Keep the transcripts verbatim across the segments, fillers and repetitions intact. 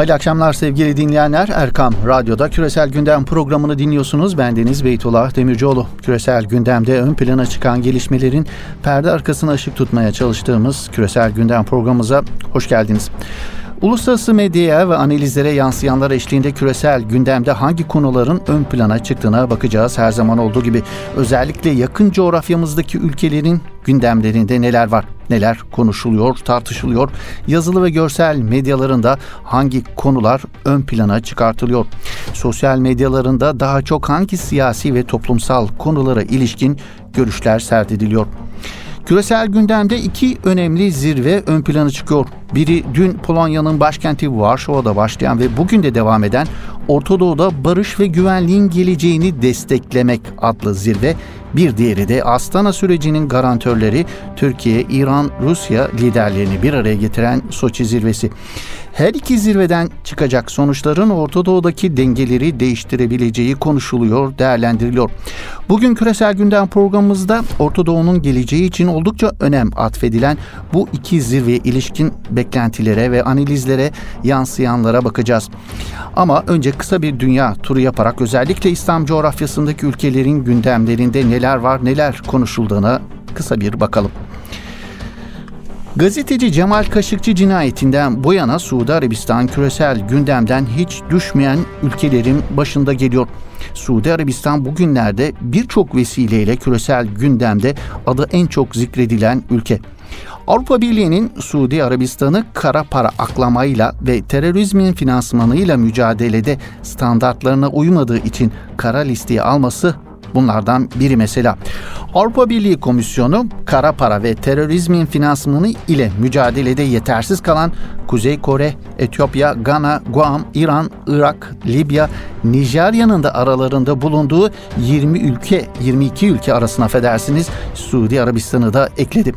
Hayırlı akşamlar sevgili dinleyenler. Erkam Radyo'da Küresel Gündem programını dinliyorsunuz. Bendeniz Beytullah Demircioğlu. Küresel gündemde ön plana çıkan gelişmelerin perde arkasına ışık tutmaya çalıştığımız Küresel Gündem programımıza hoş geldiniz. Uluslararası medyaya ve analizlere yansıyanlar eşliğinde küresel gündemde hangi konuların ön plana çıktığına bakacağız. Her zaman olduğu gibi özellikle yakın coğrafyamızdaki ülkelerin gündemlerinde neler var, neler konuşuluyor, tartışılıyor, yazılı ve görsel medyalarında hangi konular ön plana çıkartılıyor, sosyal medyalarında daha çok hangi siyasi ve toplumsal konulara ilişkin görüşler serdediliyor. Küresel gündemde iki önemli zirve ön plana çıkıyor. Biri dün Polonya'nın başkenti Varşova'da başlayan ve bugün de devam eden Orta Doğu'da barış ve güvenliğin geleceğini desteklemek adlı zirve. Bir diğeri de Astana sürecinin garantörleri Türkiye, İran, Rusya liderlerini bir araya getiren Soçi zirvesi. Her iki zirveden çıkacak sonuçların Orta Doğu'daki dengeleri değiştirebileceği konuşuluyor, değerlendiriliyor. Bugün Küresel Gündem programımızda Orta Doğu'nun geleceği için oldukça önem atfedilen bu iki zirveye ilişkin beklentilere ve analizlere yansıyanlara bakacağız. Ama önce kısa bir dünya turu yaparak özellikle İslam coğrafyasındaki ülkelerin gündemlerinde neler var, neler konuşulduğuna kısa bir bakalım. Gazeteci Cemal Kaşıkçı cinayetinden bu yana Suudi Arabistan küresel gündemden hiç düşmeyen ülkelerin başında geliyor. Suudi Arabistan bugünlerde birçok vesileyle küresel gündemde adı en çok zikredilen ülke. Avrupa Birliği'nin Suudi Arabistan'ı kara para aklamayla ve terörizmin finansmanıyla mücadelede standartlarına uymadığı için kara listeye alması bunlardan biri mesela. Avrupa Birliği Komisyonu kara para ve terörizmin finansmanı ile mücadelede yetersiz kalan Kuzey Kore, Etiyopya, Gana, Guam, İran, Irak, Libya, Nijerya'nın da aralarında bulunduğu yirmi ülke, yirmi iki ülke arasına affedersiniz Suudi Arabistan'ı da ekledi.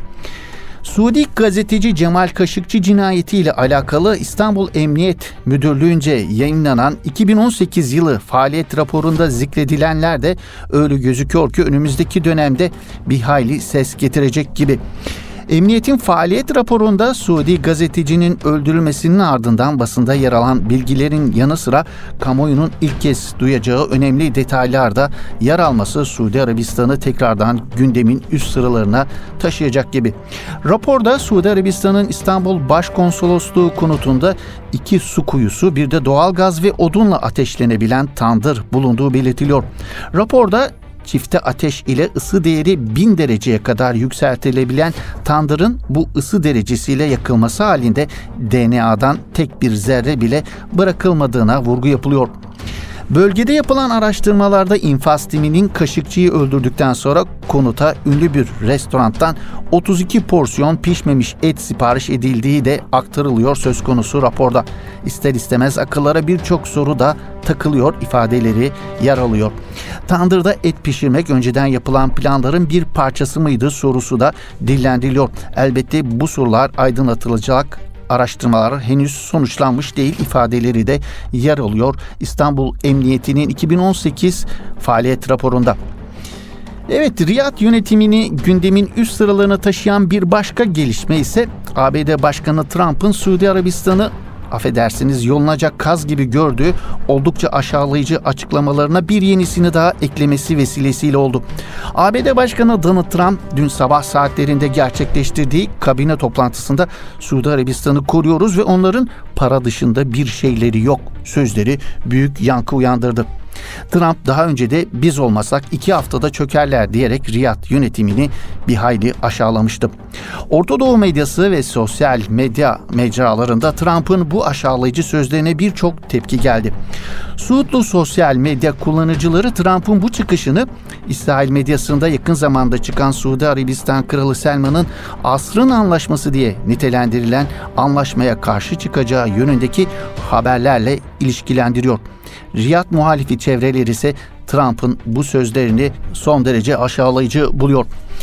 Suudi gazeteci Cemal Kaşıkçı cinayetiyle alakalı İstanbul Emniyet Müdürlüğü'nce yayınlanan iki bin on sekiz yılı faaliyet raporunda zikredilenler de öyle gözüküyor ki önümüzdeki dönemde bir hayli ses getirecek gibi. Emniyetin faaliyet raporunda Suudi gazetecinin öldürülmesinin ardından basında yer alan bilgilerin yanı sıra kamuoyunun ilk kez duyacağı önemli detaylar da yer alması Suudi Arabistan'ı tekrardan gündemin üst sıralarına taşıyacak gibi. Raporda Suudi Arabistan'ın İstanbul Başkonsolosluğu konutunda iki su kuyusu, bir de doğalgaz ve odunla ateşlenebilen tandır bulunduğu belirtiliyor. Raporda çifte ateş ile ısı değeri bin dereceye kadar yükseltilebilen tandırın bu ısı derecesiyle yakılması halinde D N A'dan tek bir zerre bile bırakılmadığına vurgu yapılıyor. Bölgede yapılan araştırmalarda infaz timinin Kaşıkçı'yı öldürdükten sonra konuta ünlü bir restorandan otuz iki porsiyon pişmemiş et sipariş edildiği de aktarılıyor söz konusu raporda. İster istemez akıllara birçok soru da takılıyor ifadeleri yer alıyor. Tandırda et pişirmek önceden yapılan planların bir parçası mıydı sorusu da dillendiriliyor. Elbette bu sorular aydınlatılacak. Araştırmalar henüz sonuçlanmış değil ifadeleri de yer alıyor İstanbul Emniyeti'nin iki bin on sekiz faaliyet raporunda. Evet, Riyad yönetimini gündemin üst sıralarına taşıyan bir başka gelişme ise A B D Başkanı Trump'ın Suudi Arabistan'ı affedersiniz yolunacak kaz gibi gördüğü oldukça aşağılayıcı açıklamalarına bir yenisini daha eklemesi vesilesiyle oldu. A B D Başkanı Donald Trump dün sabah saatlerinde gerçekleştirdiği kabine toplantısında Suudi Arabistan'ı koruyoruz ve onların para dışında bir şeyleri yok sözleri büyük yankı uyandırdı. Trump daha önce de biz olmasak iki haftada çökerler diyerek Riyad yönetimini bir hayli aşağılamıştı. Orta Doğu medyası ve sosyal medya mecralarında Trump'ın bu aşağılayıcı sözlerine birçok tepki geldi. Suudlu sosyal medya kullanıcıları Trump'ın bu çıkışını İsrail medyasında yakın zamanda çıkan Suudi Arabistan Kralı Selman'ın asrın anlaşması diye nitelendirilen anlaşmaya karşı çıkacağı yönündeki haberlerle ilişkilendiriyor. Riyad muhalifi çevreleri ise Trump'ın bu sözlerini son derece aşağılayıcı buluyor.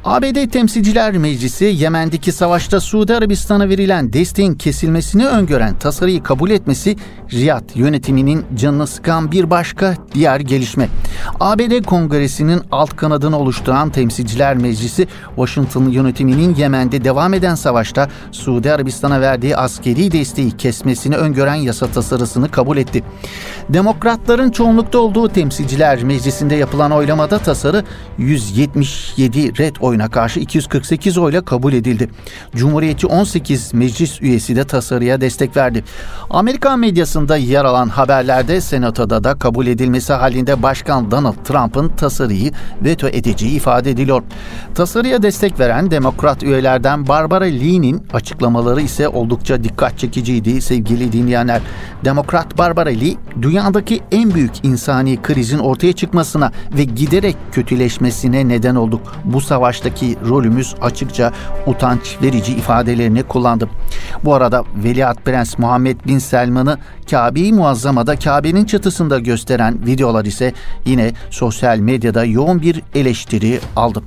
A B D Temsilciler Meclisi, Yemen'deki savaşta Suudi Arabistan'a verilen desteğin kesilmesini öngören tasarıyı kabul etmesi, Riyad yönetiminin canını sıkan bir başka diğer gelişme. A B D Kongresi'nin alt kanadını oluşturan Temsilciler Meclisi, Washington yönetiminin Yemen'de devam eden savaşta Suudi Arabistan'a verdiği askeri desteği kesmesini öngören yasa tasarısını kabul etti. Demokratların çoğunlukta olduğu Temsilciler Meclisi'nde yapılan oylamada tasarı yüz yetmiş yedi red oyuna karşı iki yüz kırk sekiz oyla kabul edildi. Cumhuriyetçi on sekiz meclis üyesi de tasarıya destek verdi. Amerikan medyasında yer alan haberlerde Senato'da da kabul edilmesi halinde Başkan Donald Trump'ın tasarıyı veto edeceği ifade ediliyor. Tasarıya destek veren Demokrat üyelerden Barbara Lee'nin açıklamaları ise oldukça dikkat çekiciydi sevgili dinleyenler. Demokrat Barbara Lee, dünyadaki en büyük insani krizin ortaya çıkmasına ve giderek kötüleşmesine neden olduk. Bu savaştaki rolümüz açıkça utanç verici ifadelerini kullandı. Bu arada Veliaht Prens Muhammed Bin Selman'ı Kabe-i Muazzama'da Kabe'nin çatısında gösteren videolar ise yine sosyal medyada yoğun bir eleştiri aldı.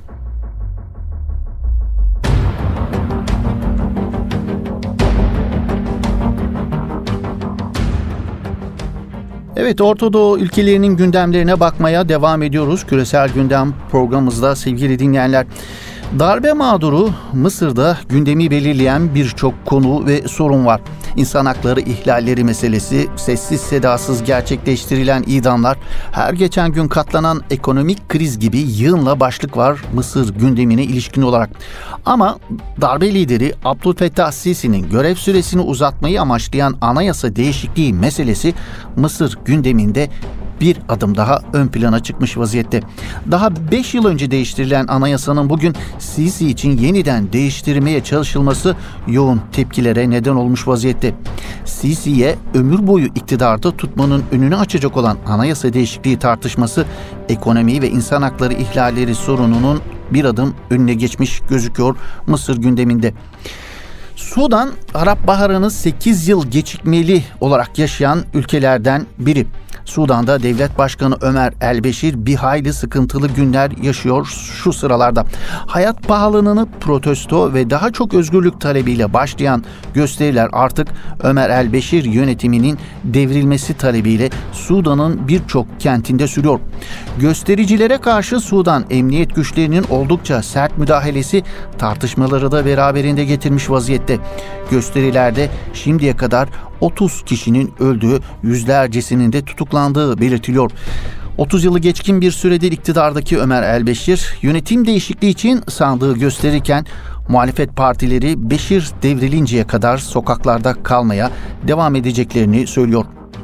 Evet, Orta Doğu ülkelerinin gündemlerine bakmaya devam ediyoruz. Küresel Gündem programımızda sevgili dinleyenler. Darbe mağduru Mısır'da gündemi belirleyen birçok konu ve sorun var. İnsan hakları ihlalleri meselesi, sessiz sedasız gerçekleştirilen idamlar, her geçen gün katlanan ekonomik kriz gibi yığınla başlık var Mısır gündemine ilişkin olarak. Ama darbe lideri Abdülfettah Sisi'nin görev süresini uzatmayı amaçlayan anayasa değişikliği meselesi Mısır gündeminde bir adım daha ön plana çıkmış vaziyette. Daha beş yıl önce değiştirilen anayasanın bugün Sisi için yeniden değiştirmeye çalışılması yoğun tepkilere neden olmuş vaziyette. Sisi'ye ömür boyu iktidarda tutmanın önünü açacak olan anayasa değişikliği tartışması ekonomi ve insan hakları ihlalleri sorununun bir adım önüne geçmiş gözüküyor Mısır gündeminde. Sudan, Arap Baharı'nı sekiz yıl gecikmeli olarak yaşayan ülkelerden biri. Sudan'da Devlet Başkanı Ömer El-Beşir bir hayli sıkıntılı günler yaşıyor şu sıralarda. Hayat pahalılığını protesto ve daha çok özgürlük talebiyle başlayan gösteriler artık Ömer El-Beşir yönetiminin devrilmesi talebiyle Sudan'ın birçok kentinde sürüyor. Göstericilere karşı Sudan emniyet güçlerinin oldukça sert müdahalesi tartışmaları da beraberinde getirmiş vaziyette. Gösterilerde şimdiye kadar otuz kişinin öldüğü, yüzlercesinin de tutuklandığı belirtiliyor. otuz yılı geçkin bir süredir iktidardaki Ömer El-Beşir, yönetim değişikliği için sandığı gösterirken muhalefet partileri Beşir devrilinceye kadar sokaklarda kalmaya devam edeceklerini söylüyor.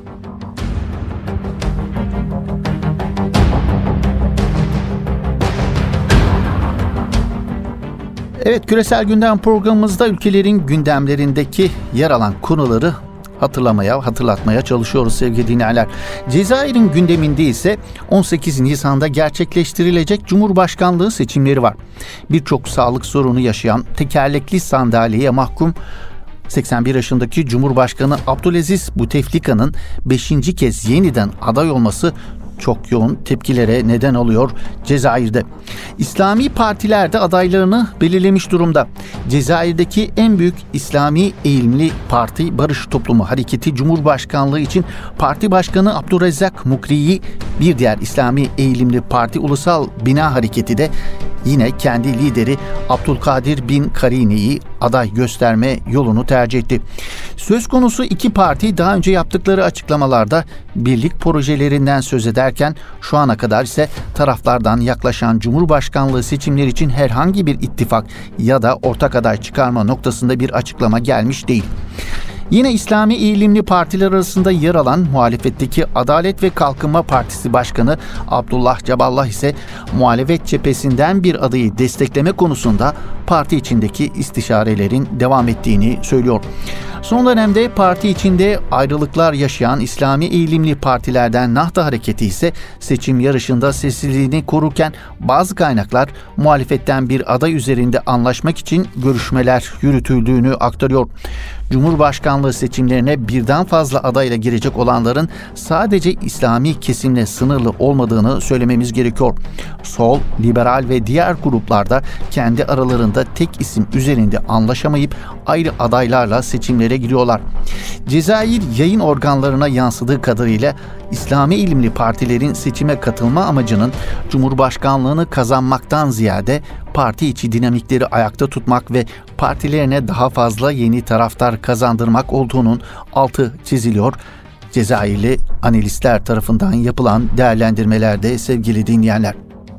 Evet, Küresel Gündem programımızda ülkelerin gündemlerindeki yer alan konuları hatırlamaya, hatırlatmaya çalışıyoruz sevgili dinleyenler. Cezayir'in gündeminde ise on sekiz Nisan'da gerçekleştirilecek Cumhurbaşkanlığı seçimleri var. Birçok sağlık sorunu yaşayan, tekerlekli sandalyeye mahkum seksen bir yaşındaki Cumhurbaşkanı Abdulaziz Bouteflika'nın beşinci kez yeniden aday olması çok yoğun tepkilere neden oluyor Cezayir'de. İslami partiler de adaylarını belirlemiş durumda. Cezayir'deki en büyük İslami eğilimli parti Barış Toplumu Hareketi Cumhurbaşkanlığı için Parti Başkanı Abdurrezzak Mukri'yi, bir diğer İslami eğilimli parti Ulusal Bina Hareketi de yine kendi lideri Abdülkadir bin Karini'yi aday gösterme yolunu tercih etti. Söz konusu iki parti daha önce yaptıkları açıklamalarda birlik projelerinden söz ederken şu ana kadar ise taraflardan yaklaşan Cumhurbaşkanlığı seçimleri için herhangi bir ittifak ya da ortak aday çıkarma noktasında bir açıklama gelmiş değil. Yine İslami eğilimli partiler arasında yer alan muhalefetteki Adalet ve Kalkınma Partisi Başkanı Abdullah Caballah ise muhalefet cephesinden bir adayı destekleme konusunda parti içindeki istişarelerin devam ettiğini söylüyor. Son dönemde parti içinde ayrılıklar yaşayan İslami eğilimli partilerden Nahda Hareketi ise seçim yarışında sessizliğini korurken bazı kaynaklar muhalefetten bir aday üzerinde anlaşmak için görüşmeler yürütüldüğünü aktarıyor. Cumhurbaşkanlığı seçimlerine birden fazla adayla girecek olanların sadece İslami kesimle sınırlı olmadığını söylememiz gerekiyor. Sol, liberal ve diğer gruplarda kendi aralarında tek isim üzerinde anlaşamayıp ayrı adaylarla seçimlere giriyorlar. Cezayir yayın organlarına yansıdığı kadarıyla İslami ilimli partilerin seçime katılma amacının Cumhurbaşkanlığını kazanmaktan ziyade parti içi dinamikleri ayakta tutmak ve partilerine daha fazla yeni taraftar kazandırmak olduğunun altı çiziliyor. Cezayirli analistler tarafından yapılan değerlendirmelerde sevgili dinleyenler.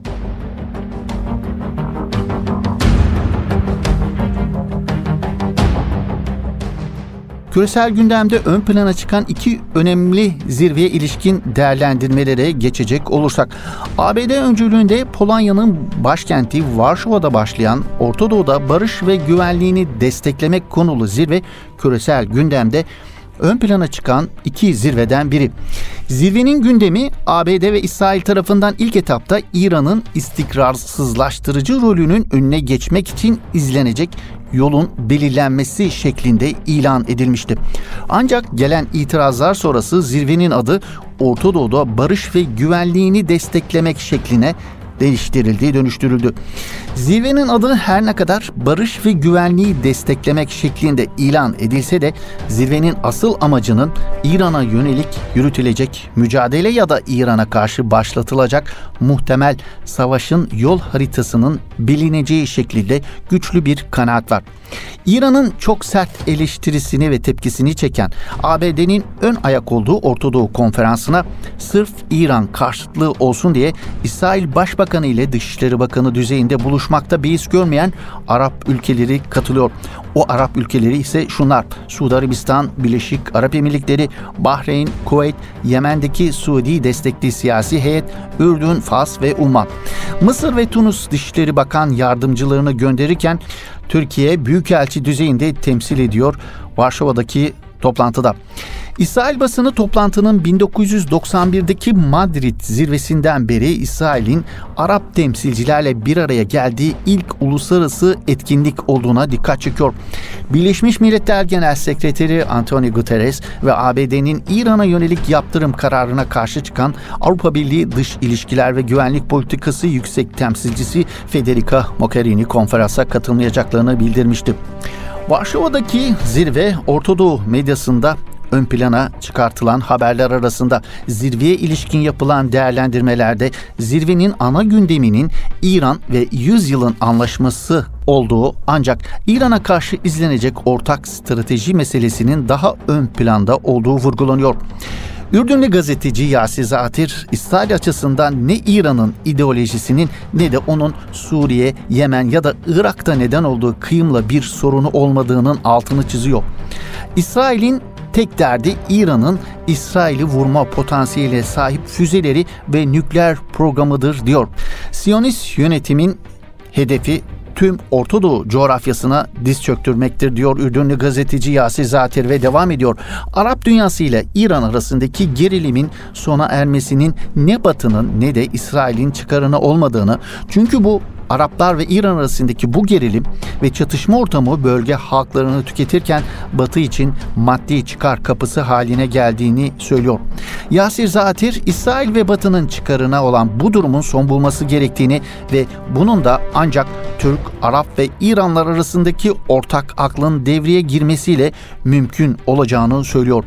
Küresel gündemde ön plana çıkan iki önemli zirveye ilişkin değerlendirmelere geçecek olursak, A B D öncülüğünde Polonya'nın başkenti Varşova'da başlayan Orta Doğu'da barış ve güvenliğini desteklemek konulu zirve küresel gündemde ön plana çıkan iki zirveden biri. Zirvenin gündemi A B D ve İsrail tarafından ilk etapta İran'ın istikrarsızlaştırıcı rolünün önüne geçmek için izlenecek yolun belirlenmesi şeklinde ilan edilmişti. Ancak gelen itirazlar sonrası zirvenin adı Orta Doğu'da barış ve güvenliğini desteklemek şekline değiştirildi, dönüştürüldü. Zirvenin adı her ne kadar barış ve güvenliği desteklemek şeklinde ilan edilse de zirvenin asıl amacının İran'a yönelik yürütülecek mücadele ya da İran'a karşı başlatılacak muhtemel savaşın yol haritasının bilineceği şekilde güçlü bir kanaat var. İran'ın çok sert eleştirisini ve tepkisini çeken A B D'nin ön ayak olduğu Orta Doğu Konferansı'na sırf İran karşıtlığı olsun diye İsrail Başbakanı ile Dışişleri Bakanı düzeyinde buluşmakta beis görmeyen Arap ülkeleri katılıyor. O Arap ülkeleri ise şunlar: Suudi Arabistan, Birleşik Arap Emirlikleri, Bahreyn, Kuveyt, Yemen'deki Suudi destekli siyasi heyet, Ürdün, Fas ve Umman. Mısır ve Tunus Dışişleri Bakan yardımcılarını gönderirken Türkiye büyükelçi düzeyinde temsil ediyor Varşova'daki toplantıda. İsrail basını toplantının bin dokuz yüz doksan birdeki Madrid zirvesinden beri İsrail'in Arap temsilcilerle bir araya geldiği ilk uluslararası etkinlik olduğuna dikkat çekiyor. Birleşmiş Milletler Genel Sekreteri Antonio Guterres ve A B D'nin İran'a yönelik yaptırım kararına karşı çıkan Avrupa Birliği Dış İlişkiler ve Güvenlik Politikası Yüksek Temsilcisi Federica Mogherini konferansa katılmayacaklarını bildirmişti. Varşova'daki zirve Orta Doğu medyasında ön plana çıkartılan haberler arasında. Zirveye ilişkin yapılan değerlendirmelerde zirvenin ana gündeminin İran ve yüzyılın anlaşması olduğu, ancak İran'a karşı izlenecek ortak strateji meselesinin daha ön planda olduğu vurgulanıyor. Ürdünlü gazeteci Yasir Zatir, İsrail açısından ne İran'ın ideolojisinin ne de onun Suriye, Yemen ya da Irak'ta neden olduğu kıyımla bir sorunu olmadığının altını çiziyor. İsrail'in tek derdi İran'ın İsrail'i vurma potansiyeline sahip füzeleri ve nükleer programıdır diyor. Siyonist yönetimin hedefi tüm Orta Doğu coğrafyasına diz çöktürmektir diyor Ürdünlü gazeteci Yasir Zatir ve devam ediyor. Arap dünyası ile İran arasındaki gerilimin sona ermesinin ne Batı'nın ne de İsrail'in çıkarına olmadığını, çünkü bu Araplar ve İran arasındaki bu gerilim ve çatışma ortamı bölge halklarını tüketirken Batı için maddi çıkar kapısı haline geldiğini söylüyor. Yasir Zatir, İsrail ve Batı'nın çıkarına olan bu durumun son bulması gerektiğini ve bunun da ancak Türk, Arap ve İranlar arasındaki ortak aklın devreye girmesiyle mümkün olacağını söylüyor.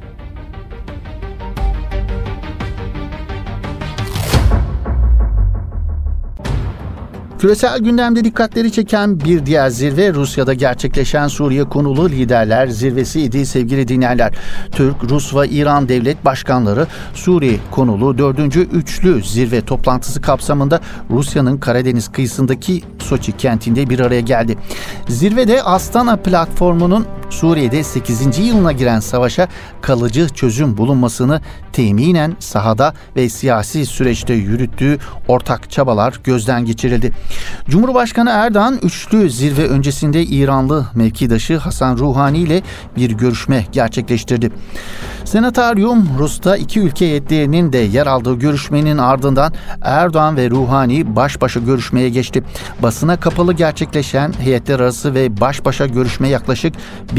Küresel gündemde dikkatleri çeken bir diğer zirve Rusya'da gerçekleşen Suriye konulu liderler zirvesiydi sevgili dinleyenler. Türk, Rus ve İran devlet başkanları Suriye konulu dördüncü üçlü zirve toplantısı kapsamında Rusya'nın Karadeniz kıyısındaki Soçi kentinde bir araya geldi. Zirvede Astana platformunun Suriye'de sekizinci yılına giren savaşa kalıcı çözüm bulunmasını teminen sahada ve siyasi süreçte yürüttüğü ortak çabalar gözden geçirildi. Cumhurbaşkanı Erdoğan üçlü zirve öncesinde İranlı mevkidaşı Hasan Ruhani ile bir görüşme gerçekleştirdi. Senatoryum Rus'ta iki ülke heyetlerinin de yer aldığı görüşmenin ardından Erdoğan ve Ruhani baş başa görüşmeye geçti. Basına kapalı gerçekleşen heyetler arası ve baş başa görüşme yaklaşık bir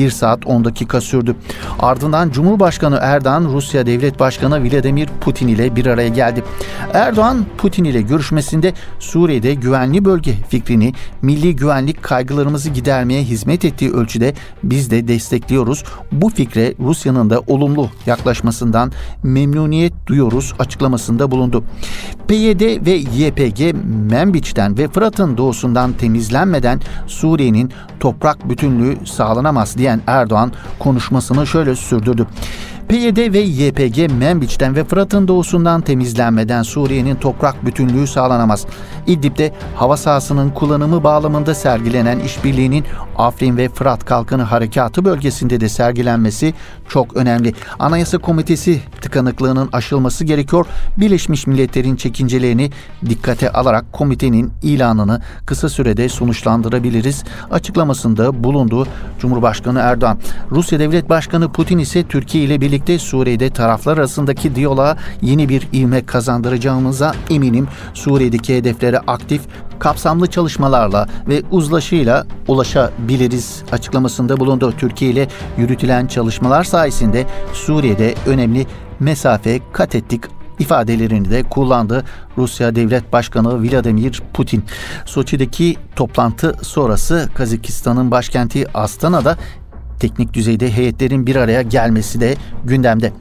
bir saat on dakika sürdü. Ardından Cumhurbaşkanı Erdoğan, Rusya Devlet Başkanı Vladimir Putin ile bir araya geldi. Erdoğan, Putin ile görüşmesinde Suriye'de güvenli bölge fikrini milli güvenlik kaygılarımızı gidermeye hizmet ettiği ölçüde biz de destekliyoruz. Bu fikre Rusya'nın da olumlu yaklaşmasından memnuniyet duyuyoruz açıklamasında bulundu. P Y D ve Y P G, Menbiç'ten ve Fırat'ın doğusundan temizlenmeden Suriye'nin toprak bütünlüğü sağlanamaz diyen Erdoğan konuşmasını şöyle sürdürdü. P Y D ve Y P G, Menbiç'ten ve Fırat'ın doğusundan temizlenmeden Suriye'nin toprak bütünlüğü sağlanamaz. İdlib'de hava sahasının kullanımı bağlamında sergilenen işbirliğinin Afrin ve Fırat Kalkanı Harekatı bölgesinde de sergilenmesi çok önemli. Anayasa Komitesi tıkanıklığının aşılması gerekiyor. Birleşmiş Milletler'in çekincelerini dikkate alarak komitenin ilanını kısa sürede sonuçlandırabiliriz açıklamasında bulundu Cumhurbaşkanı Erdoğan. Rusya Devlet Başkanı Putin ise Türkiye ile birlikte Suriye'de taraflar arasındaki diyaloğa yeni bir ivme kazandıracağımıza eminim. Suriye'deki hedeflere aktif, kapsamlı çalışmalarla ve uzlaşıyla ulaşabiliriz açıklamasında bulundu. Türkiye ile yürütülen çalışmalar sayesinde Suriye'de önemli mesafe kat ettik ifadelerini de kullandı Rusya Devlet Başkanı Vladimir Putin. Soçi'deki toplantı sonrası Kazakistan'ın başkenti Astana'da teknik düzeyde heyetlerin bir araya gelmesi de gündemde.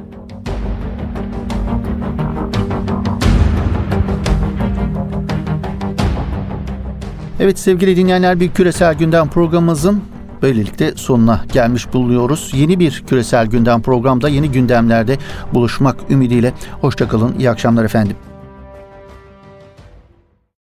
Evet sevgili dinleyenler, bir küresel gündem programımızın böylelikle sonuna gelmiş bulunuyoruz. Yeni bir küresel gündem programda yeni gündemlerde buluşmak ümidiyle. Hoşça kalın, iyi akşamlar efendim.